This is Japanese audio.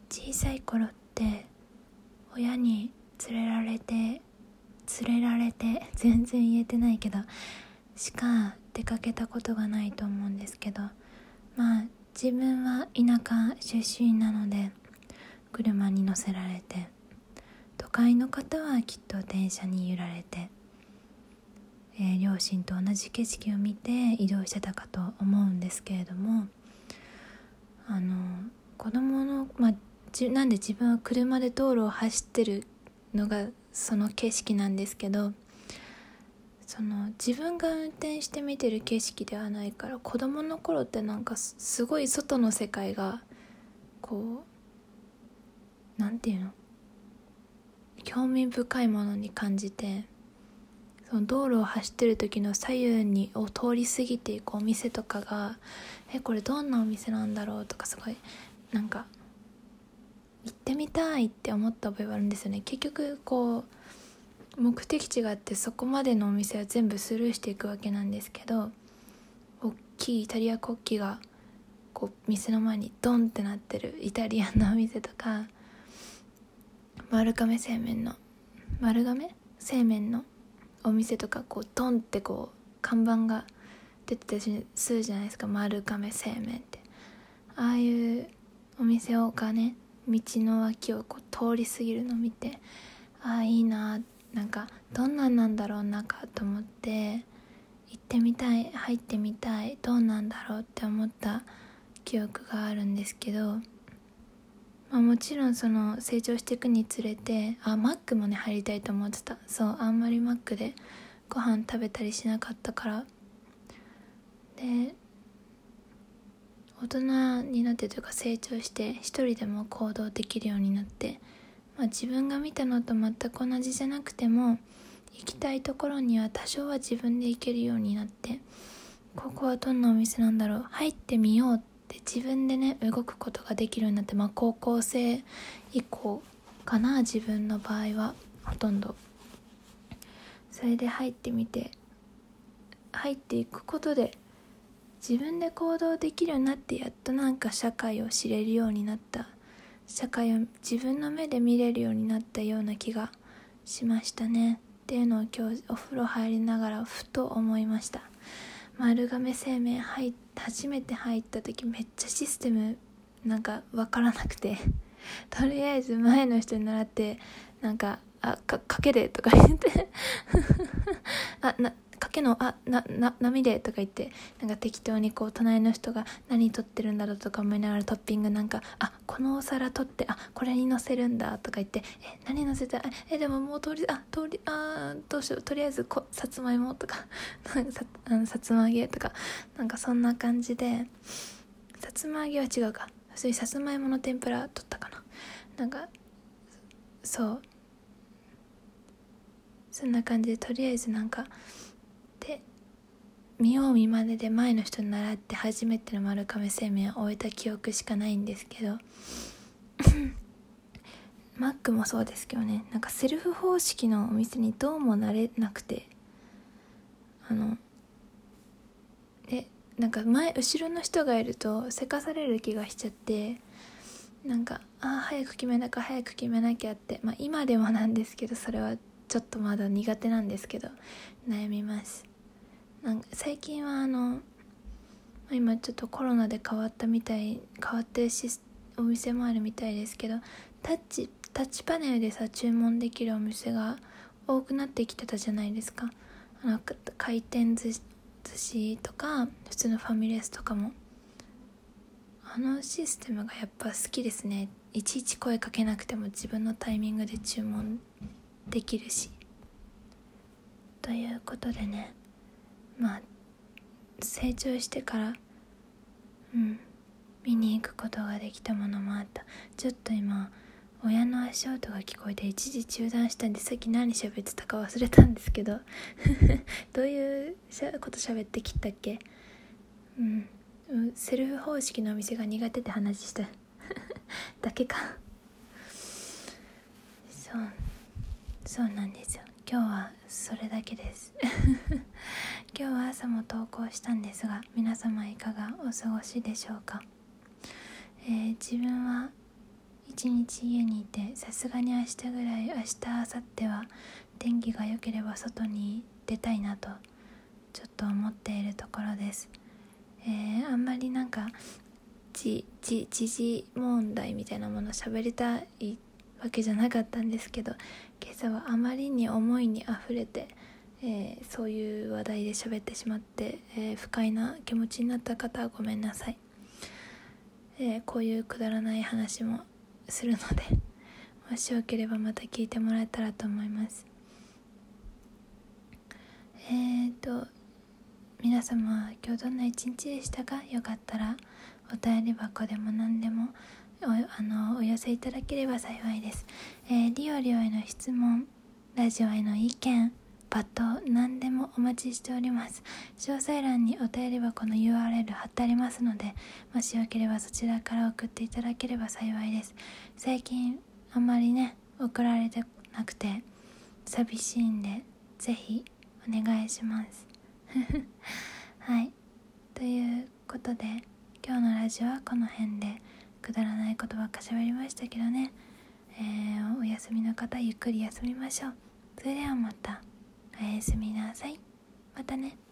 小さい頃って親に連れられて全然言えてないけどしか出かけたことがないと思うんですけど、自分は田舎出身なので車に乗せられて、都会の方はきっと電車に揺られて、両親と同じ景色を見て移動してたかと思うんですけれども、子供の、なんで自分は車で道路を走ってるのがその景色なんですけど、自分が運転して見てる景色ではないから、子供の頃ってなんかすごい外の世界がこうなんていうの、興味深いものに感じて、その道路を走ってる時の左右を通り過ぎていくお店とかがこれどんなお店なんだろうとか、すごいなんか行ってみたいって思った覚えはあるんですよね。結局こう目的地があって、そこまでのお店は全部スルーしていくわけなんですけど、大きいイタリア国旗がこう店の前にドンってなってるイタリアンのお店とか、丸亀製麺のお店とか、こうドンってこう看板が出てたりするじゃないですか。丸亀製麺って、ああいうお店がね、道の脇をこう通り過ぎるのを見て、いいな、なんかどんなんなんだろう中と思って、行ってみたい、入ってみたい、どうなんだろうって思った記憶があるんですけど、もちろんその成長していくにつれてマックもね入りたいと思ってた。あんまりマックでご飯食べたりしなかったから。で、大人になってというか成長して一人でも行動できるようになって、自分が見たのと全く同じじゃなくても行きたいところには多少は自分で行けるようになって、ここはどんなお店なんだろう、入ってみようって自分でね動くことができるようになって、高校生以降かな、自分の場合はほとんど。それで入っていくことで自分で行動できるようになって、やっとなんか社会を知れるようになった、社会を自分の目で見れるようになったような気がしましたね。っていうのを今日お風呂入りながらふと思いました。丸亀製麺初めて入った時めっちゃシステムなんか分からなくてとりあえず前の人に習って、なんかかけでとか言ってかけの波でとか言って、なんか適当にこう隣の人が何取ってるんだろうとか思いながら、トッピングなんかこのお皿取ってこれに乗せるんだとか言って、何乗せたでももうどうしよう、とりあえずさつまいもとかさつま揚げとか、なんかそんな感じで、さつま揚げは違うか、普通にさつまいもの天ぷら取ったかな、なんかそんな感じで、とりあえずなんかで見よう見まねで前の人に習って初めての丸亀製麺を終えた記憶しかないんですけどマックもそうですけどね、なんかセルフ方式のお店にどうも慣れなくて、なんか後ろの人がいるとせかされる気がしちゃって、なんか早く決めなきゃって、今でもなんですけど、それはちょっとまだ苦手なんですけど悩みます。なんか最近は今ちょっとコロナで変わってるお店もあるみたいですけど、タッチパネルで注文できるお店が多くなってきてたじゃないですか。回転寿司とか普通のファミレスとかも、システムがやっぱ好きですね。いちいち声かけなくても自分のタイミングで注文できるし。ということでね、成長してから見に行くことができたものもあった。ちょっと今親の足音が聞こえて一時中断したんで、さっき何喋ってたか忘れたんですけどどういうこと喋ってきたっけ。セルフ方式のお店が苦手って話しただけかそうなんですよ。今日はそれだけです今日は朝も投稿したんですが、皆様いかがお過ごしでしょうか。自分は一日家にいて、さすがに明日ぐらい、明日明後日は天気が良ければ外に出たいなとちょっと思っているところです。あんまりなんか時事問題みたいなもの喋りたいわけじゃなかったんですけど、今朝はあまりに思いにあふれて、そういう話題で喋ってしまって、不快な気持ちになった方はごめんなさい。こういうくだらない話もするので、もしよければまた聞いてもらえたらと思います。皆様今日どんな一日でしたか？よかったらお便り箱でも何でもお寄せいただければ幸いです。リオリオへの質問、ラジオへの意見、罵倒、何でもお待ちしております。詳細欄にお便り箱の URL 貼ってありますので、もしよければそちらから送っていただければ幸いです。最近あんまりね送られてなくて寂しいんで、ぜひお願いしますはい、ということで今日のラジオはこの辺で、くだらないことばっか喋りましたけどね、お休みの方ゆっくり休みましょう。それではまた、おやすみなさい。またね。